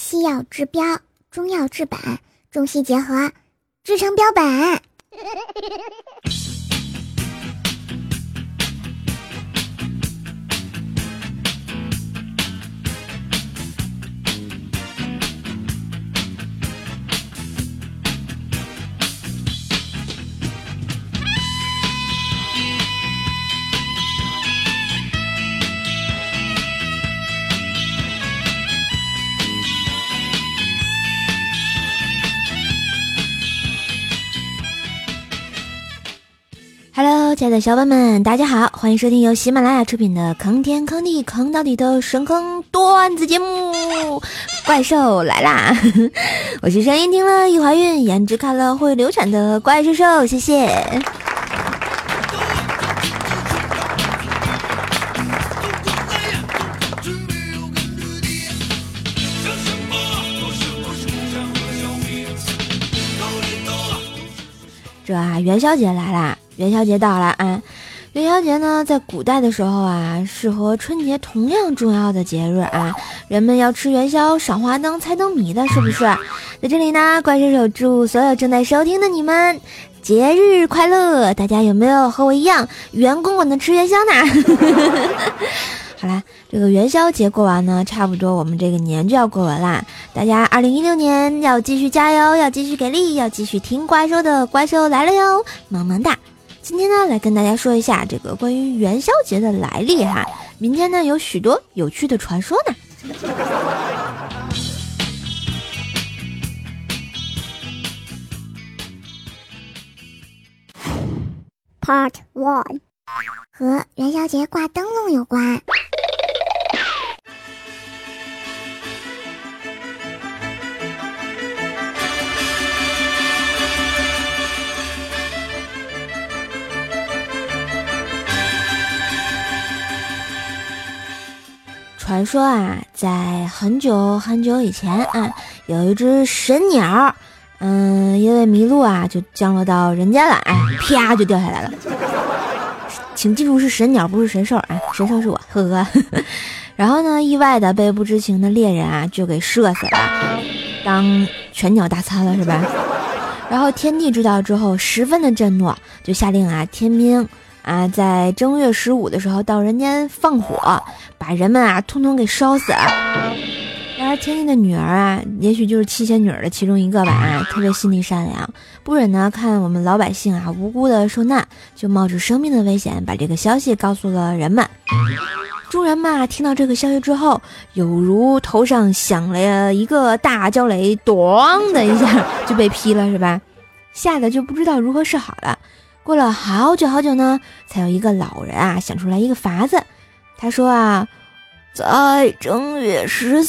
西药治标，中药治本，中西结合，制成标本。 Hello， 亲爱的小伙伴们，大家好，欢迎收听由喜马拉雅出品的坑天坑地坑到底的神坑段子节目。怪兽来啦！我是声音听了一怀孕，颜值看了会流产的怪兽兽，谢谢。这元宵节来啦！元宵节到了啊！元宵节呢，在古代的时候啊，是和春节同样重要的节日啊。人们要吃元宵、赏花灯、猜灯谜的，是不是？在这里呢，怪兽手祝所有正在收听的你们节日快乐！大家有没有和我一样圆滚滚的吃元宵呢？好啦，这个元宵节过完呢，差不多我们这个年就要过完啦。大家2016年要继续加油，要继续给力，要继续听怪兽的怪兽来了哟，萌萌哒！今天呢，来跟大家说一下这个关于元宵节的来历哈。民间呢有许多有趣的传说呢。 Part 1和元宵节挂灯笼有关。 传说啊，在很久很久以前啊，有一只神鸟，因为迷路啊，就降落到人间了，啪就掉下来了。请记住是神鸟，不是神兽啊，神兽是我，呵呵。然后呢，意外的被不知情的猎人啊，就给射死了，当全鸟大餐了，是吧？然后天帝知道之后，十分的震怒，就下令啊，天兵啊，在正月15的时候到人间放火，把人们啊通通给烧死了。然而天帝的女儿啊，也许就是七仙女的其中一个吧，特别心地善良，不忍呢看我们老百姓啊无辜的受难，就冒着生命的危险把这个消息告诉了人们。众人嘛听到这个消息之后，有如头上响了一个大焦雷，咚的一下就被劈了，是吧？吓得就不知道如何是好了。过了好久好久呢，才有一个老人啊想出来一个法子。他说啊，在正月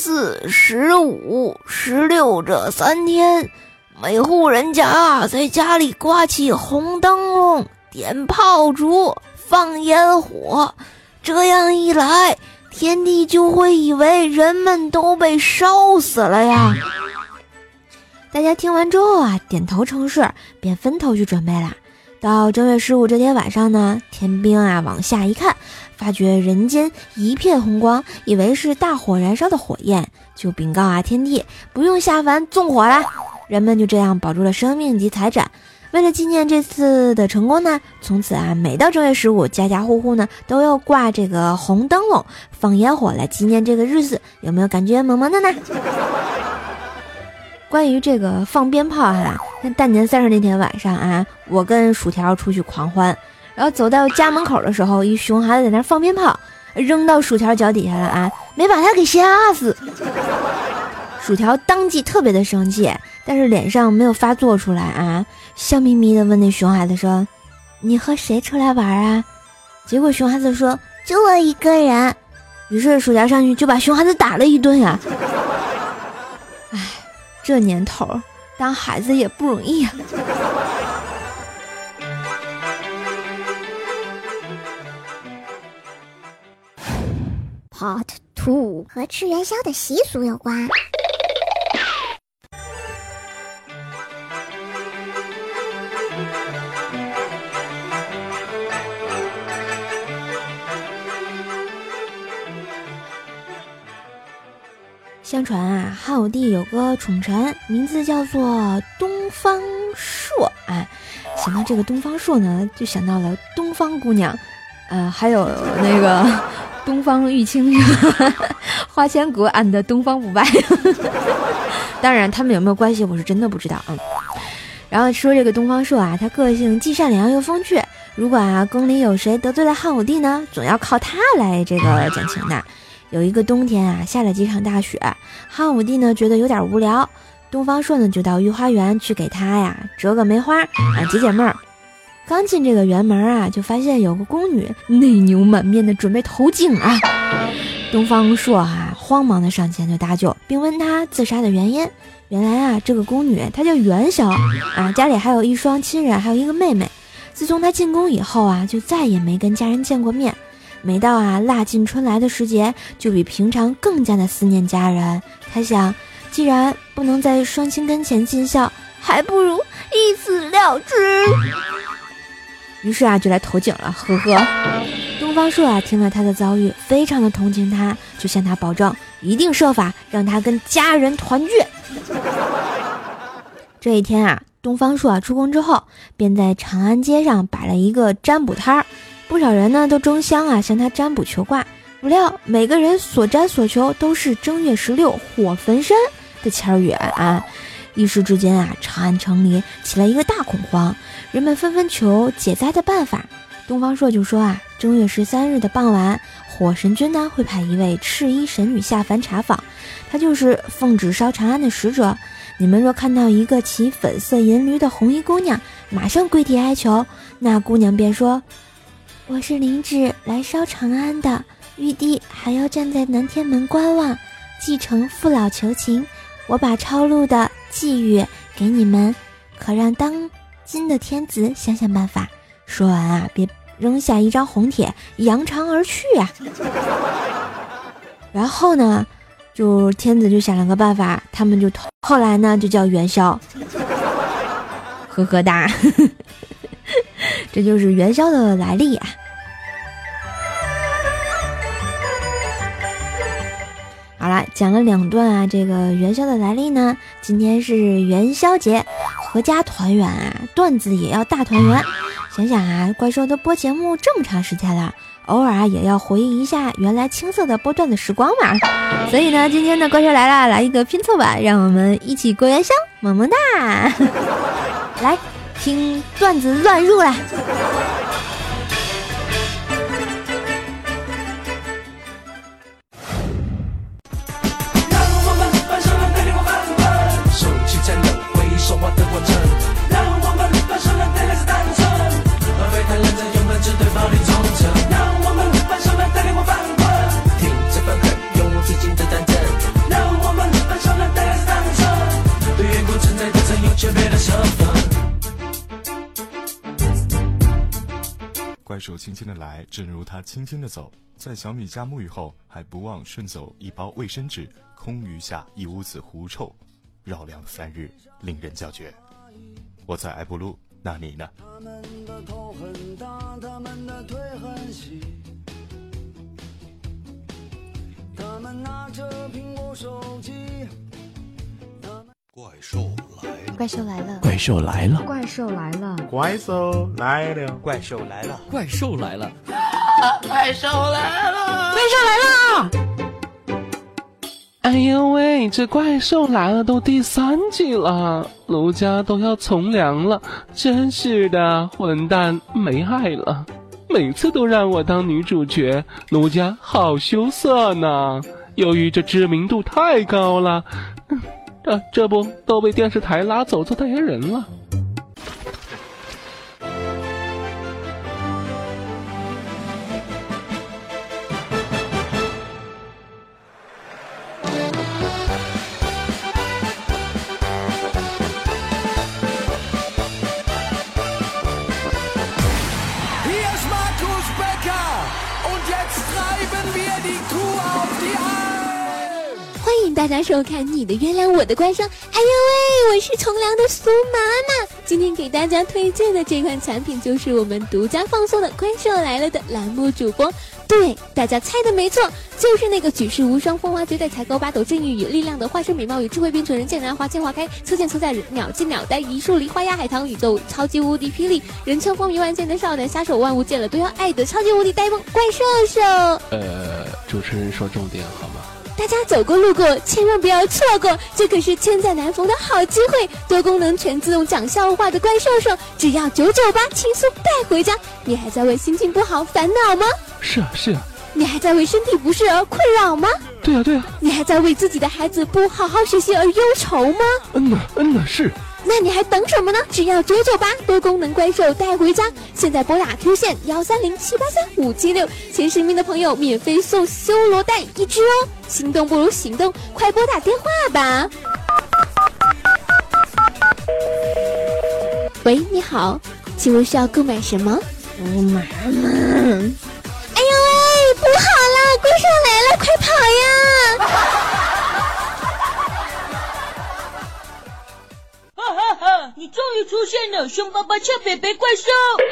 14、15、16这3天，每户人家在家里挂起红灯笼，点炮竹，放烟火，这样一来，天帝就会以为人们都被烧死了呀。大家听完之后啊，点头称是，便分头去准备啦。到正月15这天晚上呢，天兵啊往下一看，发觉人间一片红光，以为是大火燃烧的火焰，就禀告啊天帝不用下凡纵火啦。人们就这样保住了生命及财产。为了纪念这次的成功呢，从此啊每到正月15，家家户户呢都要挂这个红灯笼，放烟火来纪念这个日子。有没有感觉萌萌的呢？关于这个放鞭炮哈，那大年30那天晚上啊，我跟薯条出去狂欢，然后走到家门口的时候，一熊孩子在那放鞭炮，扔到薯条脚底下了啊，没把他给吓死。薯条当即特别的生气，但是脸上没有发作出来啊，笑眯眯的问那熊孩子说：“你和谁出来玩啊？”结果熊孩子说：“就我一个人。”于是薯条上去就把熊孩子打了一顿呀。唉，这年头当孩子也不容易啊。 Part 2和吃元宵的习俗有关。 相传啊，汉武帝有个宠臣，名字叫做东方朔。想到这个东方朔呢，就想到了东方姑娘，还有那个东方玉清花千骨俺的东方不败。当然他们有没有关系我是真的不知道。然后说这个东方朔啊，他个性既善良又风趣，如果宫里有谁得罪了汉武帝呢，总要靠他来这个讲情的。有一个冬天下了几场大雪，汉武帝呢觉得有点无聊，东方朔呢就到御花园去给他折个梅花解解闷儿。刚进这个园门就发现有个宫女内牛满面的准备投井东方朔慌忙的上前就搭救，并问他自杀的原因。原来这个宫女她叫元宵家里还有一双亲人，还有一个妹妹。自从她进宫以后就再也没跟家人见过面。每到腊尽春来的时节，就比平常更加的思念家人。他想，既然不能在双亲跟前尽孝，还不如一死了之。于是就来投井了，呵呵。东方朔听了他的遭遇，非常的同情他，就向他保证，一定设法让他跟家人团聚。这一天东方朔出宫之后，便在长安街上摆了一个占卜摊儿。不少人呢都争相向他占卜求卦，不料每个人所占所求都是正月16火焚身的签语一时之间长安城里起了一个大恐慌，人们纷纷求解灾的办法。东方朔就说正月13日的傍晚，火神君呢会派一位赤衣神女下凡查访，她就是奉旨烧长安的使者。你们若看到一个骑粉色银驴的红衣姑娘，马上跪地哀求，那姑娘便说，我是领旨来烧长安的，玉帝还要站在南天门观望，继承父老求情，我把抄录的寄语给你们，可让当今的天子想想办法。说完别扔下一张红帖，扬长而去然后呢，就天子就想了个办法，他们就后来呢就叫元宵，呵呵哒。这就是元宵的来历好了，讲了2段这个元宵的来历呢。今天是元宵节，阖家团圆段子也要大团圆。想想怪兽都播节目这么长时间了，偶尔也要回忆一下原来青涩的播段的时光嘛。所以呢，今天的怪兽来了，来一个拼凑版，让我们一起过元宵，么么哒！来听段子乱入啦！ 怪兽轻轻的来，正如他轻轻的走。在小米家沐浴后，还不忘顺走一包卫生纸，空余下一屋子狐臭，绕梁3日，令人叫绝。我在埃布鲁，那你呢？他们的头很大，他们的腿很细，他们拿着苹果手机。怪兽来了！ 怪兽来了！ 怪兽来了！ 怪兽来了！ 怪兽来了！ 怪兽来了！ 怪兽来了！ 怪兽来了！ 怪兽来了！ 哎呦喂，这怪兽来了都第3季了，卢家都要从良了，真是的，混蛋没爱了，每次都让我当女主角，卢家好羞涩呢。由于这知名度太高了，这不都被电视台拉走做代言人了。 欢迎大大家收看你的月亮我的怪兽。哎呦喂，我是从良的苏妈妈。今天给大家推荐的这款产品就是我们独家放送的怪兽来了的栏目主播。对，大家猜的没错，就是那个举世无双、风华绝代、才高八斗、正义与力量的花生美貌与智慧并存，人见人爱花见花开，车见车载，鸟见鸟呆，一树梨花压海棠，宇宙超级无敌霹雳，人称风靡万剑的少男杀手，万物见了都要爱的超级无敌呆萌怪兽兽。 主持人说重点好吗？ 大家走过路过千万不要错过，这可是千载难逢的好机会，多功能全自动讲笑话的怪兽兽，只要998轻松带回家。你还在为心情不好烦恼吗？ 是啊。 你还在为身体不适而困扰吗？ 对啊。 你还在为自己的孩子不好好学习而忧愁吗？ 是。 那你还等什么呢？只要998多功能怪兽带回家。现在拨打 Q 线130-783-576，前10名的朋友免费送修罗蛋1只哦。心动不如行动，快拨打电话吧。喂，你好，请问需要购买什么？ 妈妈， 哎呦喂，不好了，怪兽来了，快跑呀！ 你终于出现了，凶巴巴俏北北怪兽。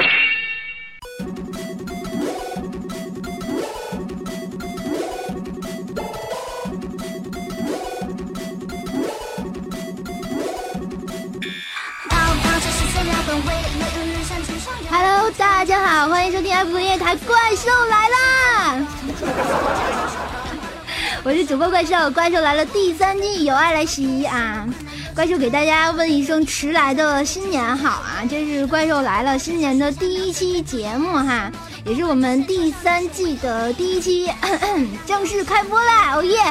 Hello， 大家好，欢迎收听 F 夜台怪兽来啦！我是主播怪兽，怪兽来了第3季有爱来袭啊！怪兽给大家问一声迟来的新年好啊！这是怪兽来了新年的第1期节目哈，也是我们第3季的第1期正式开播啦！哦耶！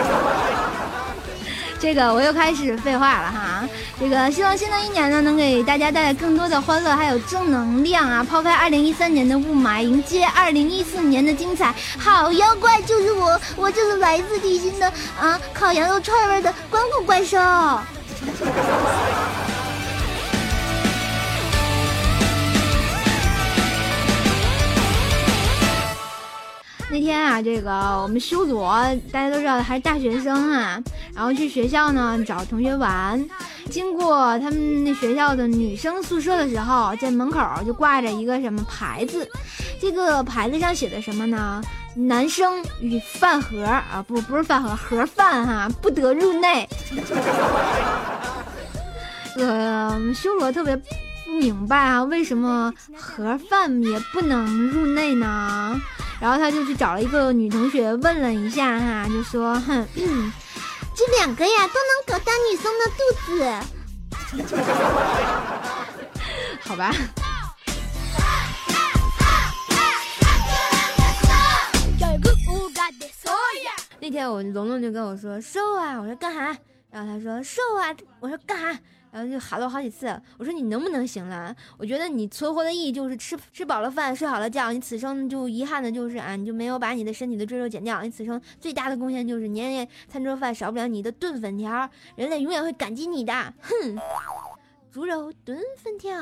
这个我又开始废话了哈，这个希望新的一年呢能给大家带来更多的欢乐还有正能量啊，抛开2013年的雾霾，迎接2014年的精彩。好妖怪就是我就是来自地心的烤羊肉串味的光顾怪兽。那天啊，这个我们修罗大家都知道还是大学生啊，然后去学校呢找同学玩，经过他们那学校的女生宿舍的时候，在门口就挂着一个什么牌子，这个牌子上写的什么呢？男生与饭盒啊，不是饭盒，盒饭哈，不得入内。修罗特别不明白啊，为什么盒饭也不能入内呢？然后他就去找了一个女同学问了一下哈，就说这2个呀都能搞大女生的肚子。好吧。那天我龙龙就跟我说瘦啊，我说干啥？然后他说瘦啊，我说干啥？然后就喊了我好几次，我说你能不能行了？我觉得你存活的意义就是吃饱了饭，睡好了觉，你此生就遗憾的就是你就没有把你的身体的赘肉减掉，你此生最大的贡献就是年年餐桌饭少不了你的炖粉条，人类永远会感激你的。哼，猪肉炖粉条。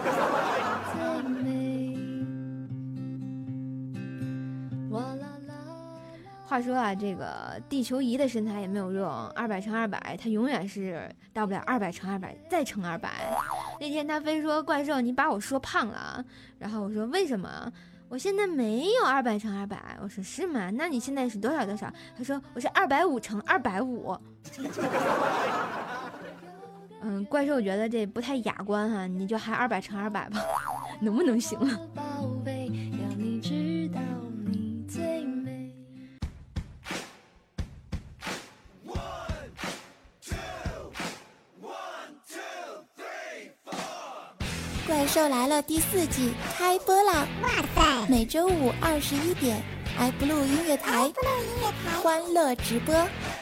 话说啊，这个地球仪的身材也没有用，200×200，它永远是到不了200×200再乘200。那天他非说怪兽，你把我说胖了，然后我说为什么？我现在没有200×200。我说是吗？那你现在是多少？他说我是250×250。怪兽觉得这不太雅观哈，你就还200×200吧，能不能行了？ 怪兽来了第4季开播啦！哇塞，每周五21点 iBlue 音乐台欢乐直播。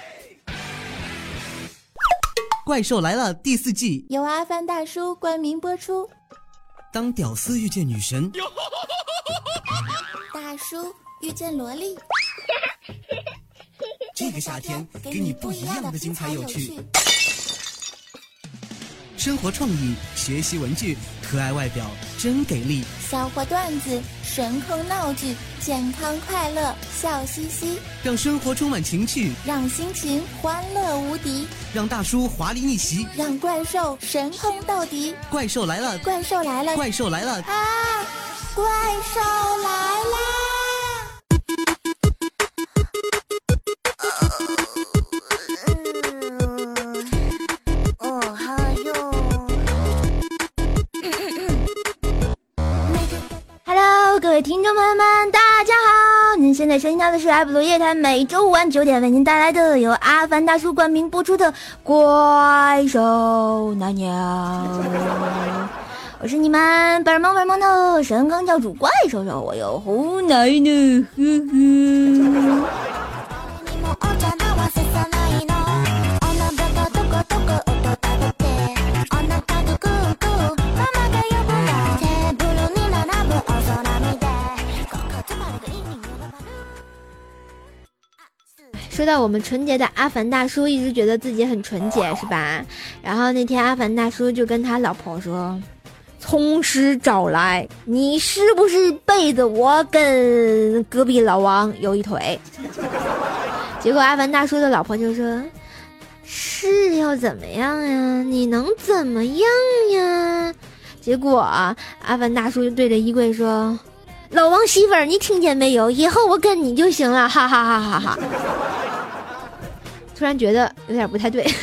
怪兽来了第4季由阿凡大叔冠名播出。 当屌丝遇见女神， 大叔遇见萝莉， 这个夏天给你不一样的精彩有趣。生活创意，学习文具，可爱外表真给力， 笑话段子，神坑闹剧， 健康快乐笑嘻嘻， 让生活充满情趣， 让心情欢乐无敌， 让大叔华丽逆袭， 让怪兽神通到底。 怪兽来了， 怪兽来了， 怪兽来了啊！怪兽来啦！ 各位听众朋友们，大家好！您现在收听到的是爱普罗夜谈，每周五晚9点为您带来的由阿凡大叔冠名播出的《怪兽奶娘》。我是你们本萌的神坑教主怪兽兽，我有胡奶呢，呵呵。 说到我们纯洁的阿凡大叔，一直觉得自己很纯洁，是吧？然后那天阿凡大叔就跟他老婆说：“从实招来，你是不是背着我跟隔壁老王有一腿？”结果阿凡大叔的老婆就说：“是要怎么样呀？你能怎么样呀？”结果阿凡大叔就对着衣柜说：“老王媳妇儿，你听见没有？以后我跟你就行了，哈哈哈哈哈！”突然觉得有点不太对。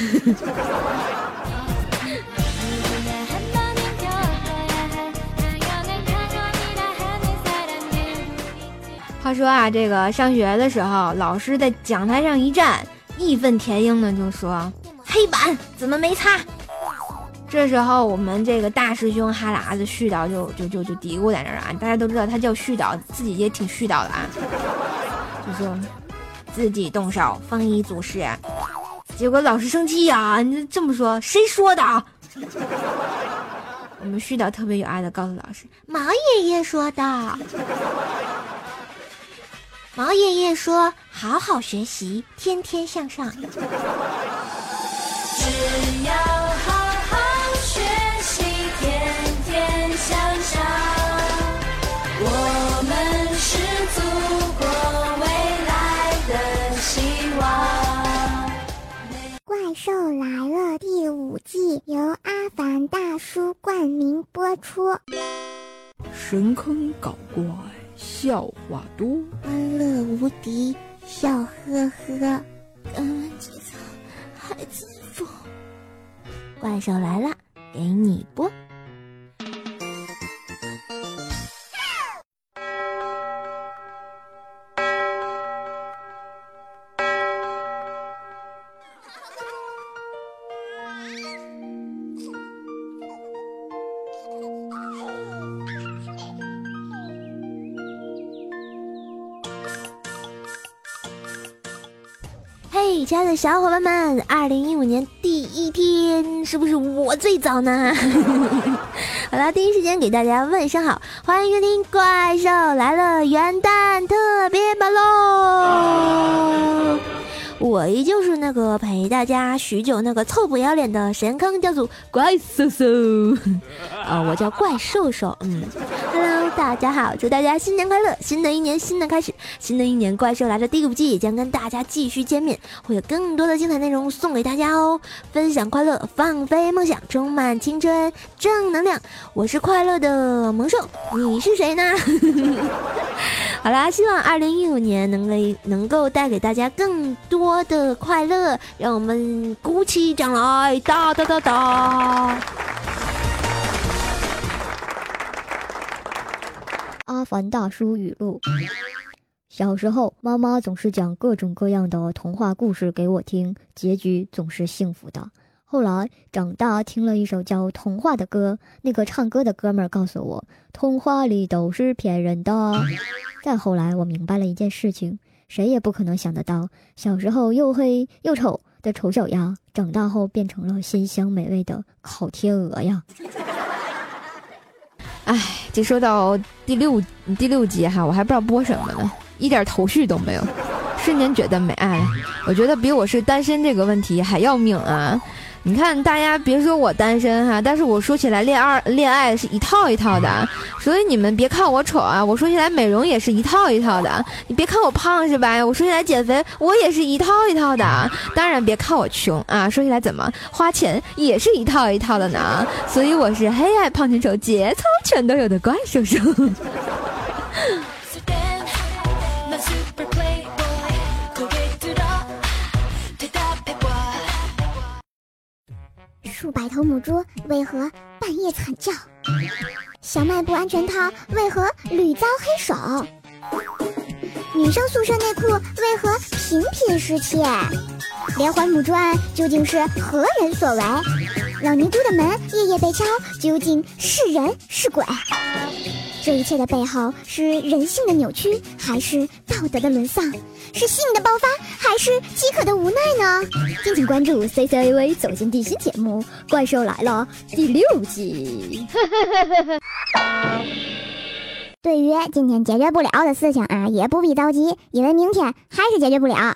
话说啊，这个上学的时候，老师在讲台上一站，义愤填膺的就说：“黑板怎么没擦？”这时候我们这个大师兄哈喇子絮叨就嘀咕在那儿啊，大家都知道他叫絮叨，自己也挺絮叨的啊，就说自己动手，丰衣足食。结果老师生气呀，你这么说谁说的？我们絮叨特别有爱的告诉老师，毛爷爷说的。毛爷爷说好好学习，天天向上。 只要好好学习，天天向上，我们是祖国未来的希望。 怪兽来了第5季由阿凡大叔冠名播出。 神坑搞怪，笑话多， 欢乐无敌，笑呵呵，敢问几层还自负。 怪兽来了，给你播。嘿，亲爱的小伙伴们，2015年第1天，是不是我最早呢？好了，第一时间给大家问声好，欢迎收听《怪兽来了》元旦特别版喽！我依旧是那个陪大家许久那个臭不要脸的神坑教主怪兽兽我叫怪兽兽。Hello， 大家好，祝大家新年快乐！新的一年，新的开始，新的一年，怪兽来了第5季也将跟大家继续见面，会有更多的精彩内容送给大家哦！分享快乐，放飞梦想，充满青春正能量。我是快乐的萌兽，你是谁呢？好啦，希望2015年能够带给大家更多的快乐，让我们鼓起掌来，哒哒哒哒！ 阿凡大叔语录：小时候，妈妈总是讲各种各样的童话故事给我听，结局总是幸福的。后来长大，听了一首叫《童话》的歌，那个唱歌的哥们儿告诉我，童话里都是骗人的。再后来，我明白了一件事情，谁也不可能想得到，小时候又黑又丑的丑小鸭，长大后变成了鲜香美味的烤天鹅呀。 哎，这说到第六集哈，我还不知道播什么呢，一点头绪都没有，瞬间觉得没爱了。我觉得比我是单身这个问题还要命啊！ 你看大家别说我单身哈，但是我说起来恋爱是一套一套的，所以你们别看我丑啊，我说起来美容也是一套一套的。你别看我胖是吧？我说起来减肥我也是一套一套的。当然别看我穷啊，说起来怎么花钱也是一套一套的呢。所以我是黑矮胖成丑节操全都有的怪兽兽。 数百头母猪为何半夜惨叫？小卖部安全套为何屡遭黑手？女生宿舍内裤为何频频失窃？连环母猪案究竟是何人所为？老尼姑的门夜夜被敲，究竟是人是鬼？这一切的背后是人性的扭曲，还是道德的沦丧？是性的爆发，还是饥渴的无奈呢？敬请关注 CCTV 走进地心节目《怪兽来了》第6集。对于今天解决不了的事情啊，也不必着急，因为明天还是解决不了。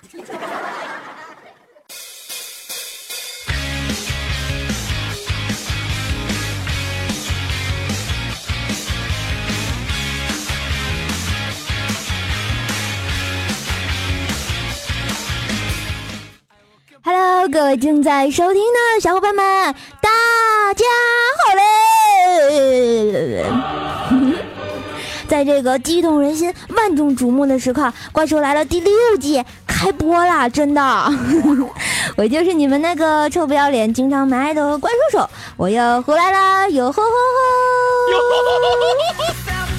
Hello， 各位正在收听的小伙伴们，大家好嘞！在这个激动人心、万众瞩目的时刻，《怪兽来了》第6季开播啦！真的，我就是你们那个臭不要脸、经常埋的怪兽手，我又回来啦！哟吼吼吼！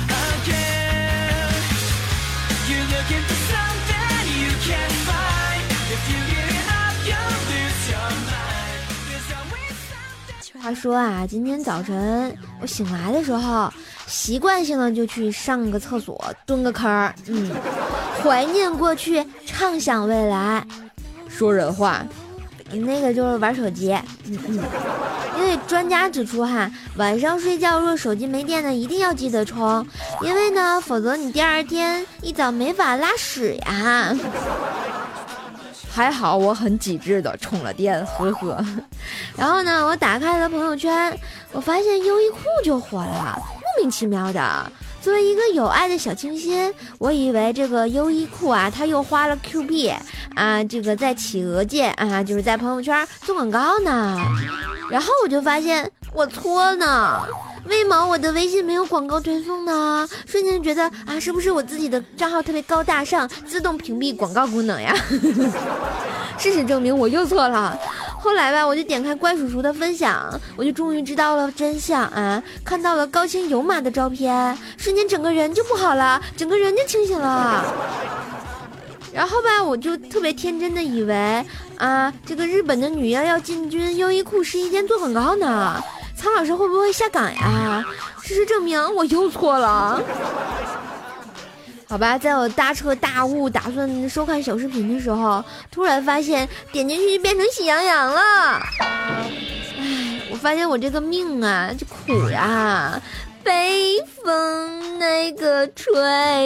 话说啊，今天早晨我醒来的时候，习惯性的就去上个厕所，蹲个坑，怀念过去，畅想未来。说人话，那个就是玩手机，因为专家指出哈，晚上睡觉若手机没电呢，一定要记得充，因为呢，否则你第二天一早没法拉屎呀。还好我很机智的充了电，呵呵。然后呢，我打开了朋友圈，我发现优衣库就火了，莫名其妙的。作为一个有爱的小清新，我以为这个优衣库啊，他又花了 Q 币啊，这个在企鹅界啊，就是在朋友圈做广告呢。然后我就发现我错呢。为毛我的微信没有广告推送呢？瞬间觉得啊，是不是我自己的账号特别高大上，自动屏蔽广告功能呀？事实证明我又错了。后来吧，我就点开怪叔叔的分享，我就终于知道了真相啊！看到了高清有码的照片，瞬间整个人就不好了，整个人就清醒了。然后吧，我就特别天真的以为啊，这个日本的女妖要进军优衣库试衣间做广告呢。苍老师会不会下岗呀？事实证明我又错了。好吧，在我大彻大悟打算收看小视频的时候，突然发现点进去就变成喜羊羊了。唉，我发现我这个命啊，这苦呀，北风那个吹，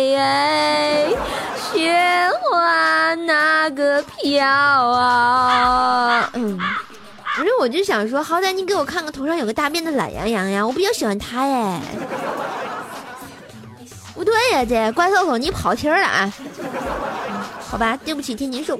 雪花那个飘啊。不是，我就想说，好歹你给我看个头上有个大辫的懒羊羊呀，我比较喜欢他耶。不对呀，这怪兽手你跑题了啊！好吧，对不起天津兽。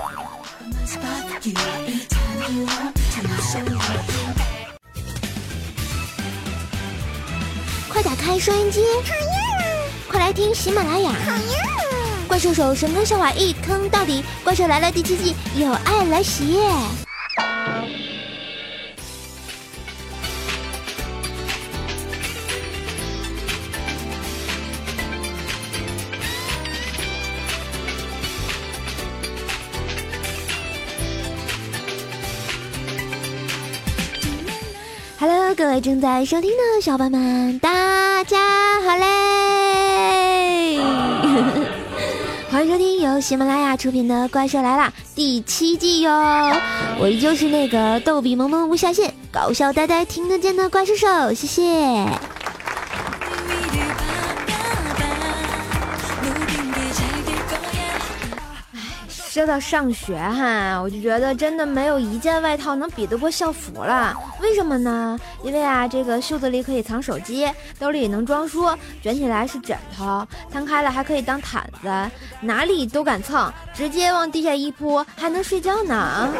快打开收音机，讨厌了！快来听喜马拉雅，讨厌了！怪兽手神坑笑话一坑到底，怪兽来了第7季，有爱来袭。Hello， 各位正在收听的小伙伴们，大家好嘞！欢迎收听由喜马拉雅出品的《怪兽来了》第7季哟！我依旧是那个逗比萌萌无下限、搞笑呆呆听得见的怪兽手，谢谢。 说到上学哈，我就觉得真的没有一件外套能比得过校服了。为什么呢？因为啊，这个袖子里可以藏手机，兜里能装书，卷起来是枕头，摊开了还可以当毯子，哪里都敢蹭，直接往地下一铺，还能睡觉呢。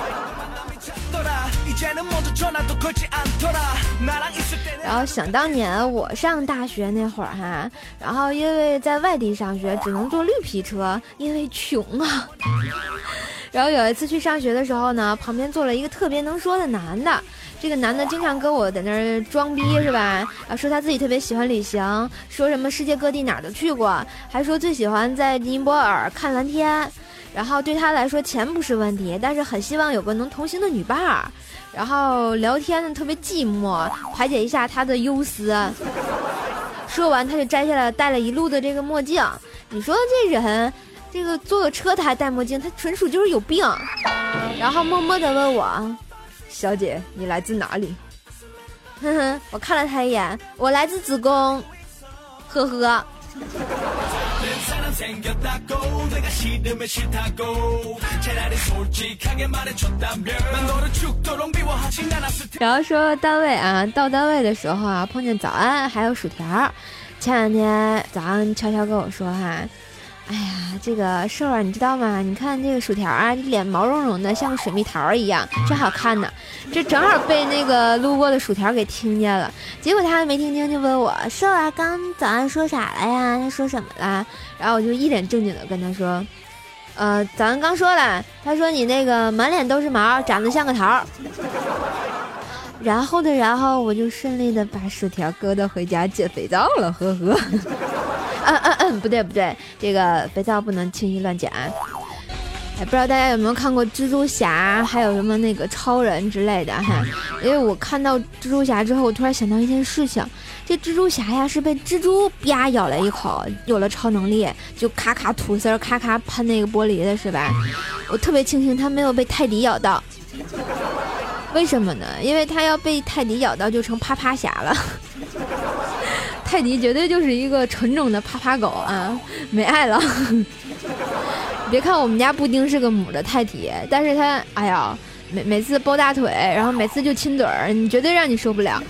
然后想当年我上大学那会儿哈，然后因为在外地上学只能坐绿皮车，因为穷啊。然后有一次去上学的时候呢，旁边坐了一个特别能说的男的，这个男的经常跟我在那儿装逼是吧，说他自己特别喜欢旅行，说什么世界各地哪儿都去过，还说最喜欢在尼泊尔看蓝天，然后对他来说钱不是问题，但是很希望有个能同行的女伴儿，然后聊天呢特别寂寞，排解一下他的忧思。说完他就摘下来戴了一路的这个墨镜，你说这人这个坐个车他还戴墨镜，他纯属就是有病。然后默默地问我，小姐你来自哪里？哼哼，我看了他一眼，我来自子宫，呵呵。然后说单位啊，到单位的时候啊，碰见早安还有薯条。前两天早上悄悄跟我说哈，哎呀，这个瘦儿你知道吗？你看这个薯条啊，脸毛茸茸的，像个水蜜桃一样，真好看呢。这正好被那个路过的薯条给听见了，结果他还没听清就问我，瘦儿刚早上说啥了呀？他说什么了？然后我就一脸正经的跟他说，早上刚说了，他说你那个满脸都是毛，长得像个桃。然后我就顺利的把薯条搁到回家捡肥皂了，呵呵。不对，这个肥皂不能轻易乱捡。不知道大家有没有看过蜘蛛侠，还有什么那个超人之类的哈？因为我看到蜘蛛侠之后，我突然想到一件事情，这蜘蛛侠呀是被蜘蛛啪咬了一口，有了超能力，就咔咔吐丝儿，咔咔喷那个玻璃的是吧？我特别庆幸他没有被泰迪咬到。为什么呢？因为他要被泰迪咬到就成啪啪侠了。泰迪绝对就是一个纯种的啪啪狗啊，没爱了。别看我们家布丁是个母的泰迪，但是他哎呀，每次抱大腿，然后每次就亲嘴儿，你绝对让你受不了。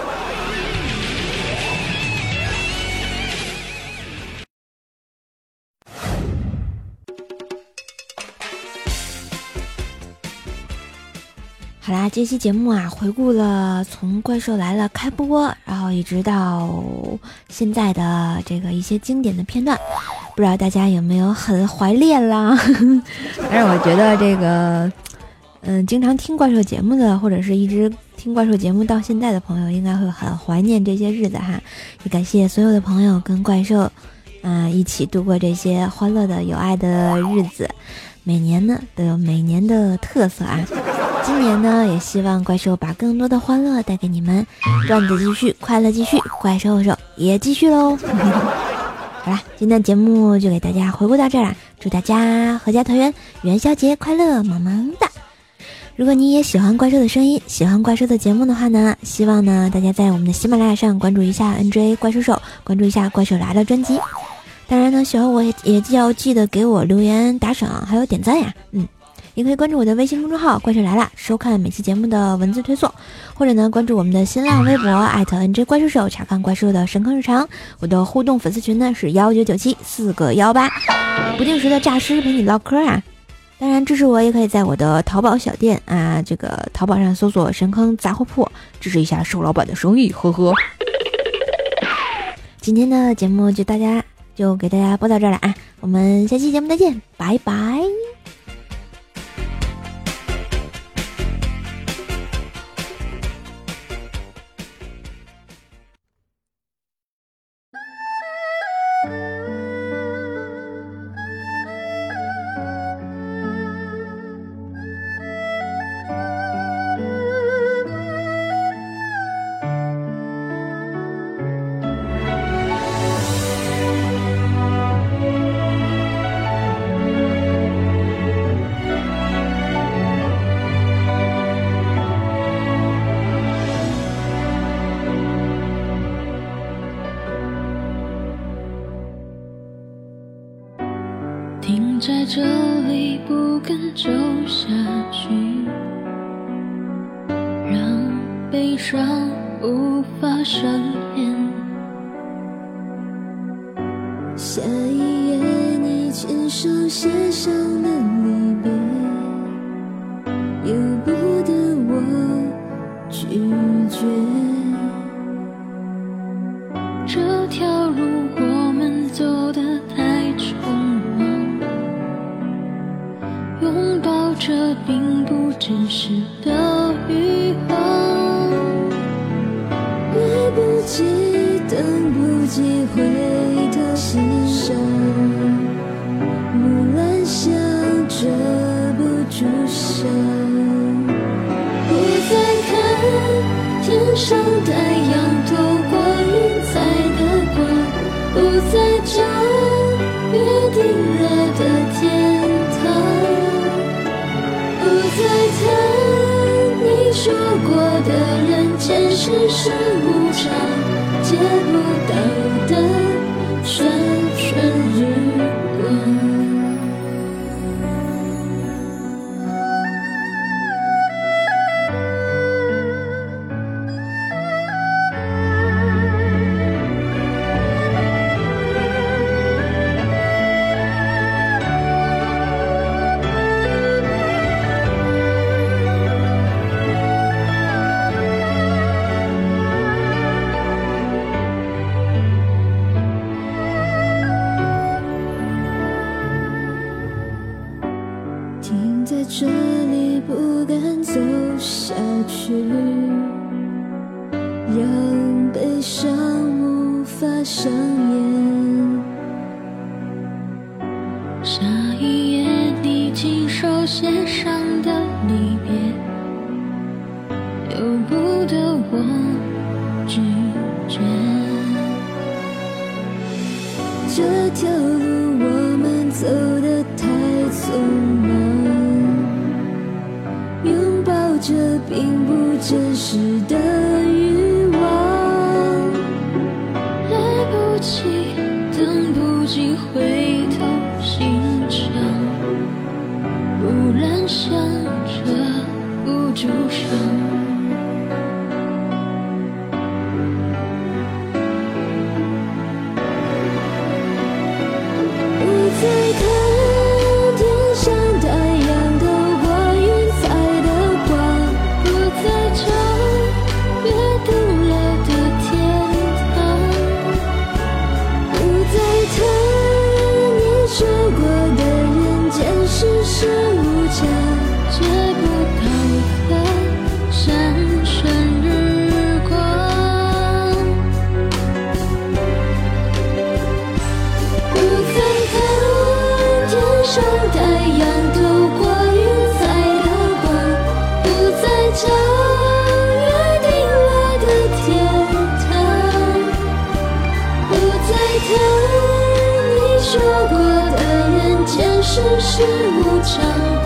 好啦，这期节目啊，回顾了从怪兽来了开播，然后一直到现在的这个一些经典的片段，不知道大家有没有很怀念啦？但是我觉得这个，经常听怪兽节目的，或者是一直听怪兽节目到现在的朋友，应该会很怀念这些日子哈。也感谢所有的朋友跟怪兽，一起度过这些欢乐的、有爱的日子。每年呢都有每年的特色啊。今年呢，也希望怪兽把更多的欢乐带给你们，段子继续，快乐继续，怪兽手也继续喽。好啦，今天的节目就给大家回顾到这儿啦，祝大家阖家团圆，元宵节快乐，萌萌哒！如果你也喜欢怪兽的声音，喜欢怪兽的节目的话呢，希望呢大家在我们的喜马拉雅上关注一下 NJ 怪兽手，关注一下怪兽来了专辑。当然呢，喜欢我也要记得给我留言打赏，还有点赞呀。也可以关注我的微信公众号怪兽来了，收看每期节目的文字推送，或者呢关注我们的新浪微博@NJ 怪兽手，查看怪兽的神坑日常。我的互动粉丝群呢是1997-4个18，不定时的诈尸陪你唠嗑啊。当然支持我也可以在我的淘宝小店啊，这个淘宝上搜索神坑杂货铺，支持一下瘦老板的生意，呵呵。今天的节目就给大家播到这儿了啊，我们下期节目再见，拜拜。 这里不敢走下去，让悲伤无法上演。下一页你亲手写上了离别，由不得我拒绝。这条路我们走得太匆忙，拥抱着并不真实的欲望，来不及等不及回头欣赏，木兰香遮不住伤。不再看天上太阳透过云彩的光，不再找约定了的天堂，不再谈你说过的人间世事无常，借不到的串串日光。在这里不敢走下去，让悲伤无法上演。下一页你亲手写上的离别，由不得我拒绝。这条路我们走得太匆忙，拥抱着并不真实的欲望，来不及等不及回头欣赏，木兰香遮不住伤。不再看天上太阳透过云彩的光，不再找约定了的天堂，不再谈你说过的人间世事无常，借不到的闪闪日光。不再看天上太阳透过云彩的光，不再找约定了的天堂，不再谈你说过的人间世事无常，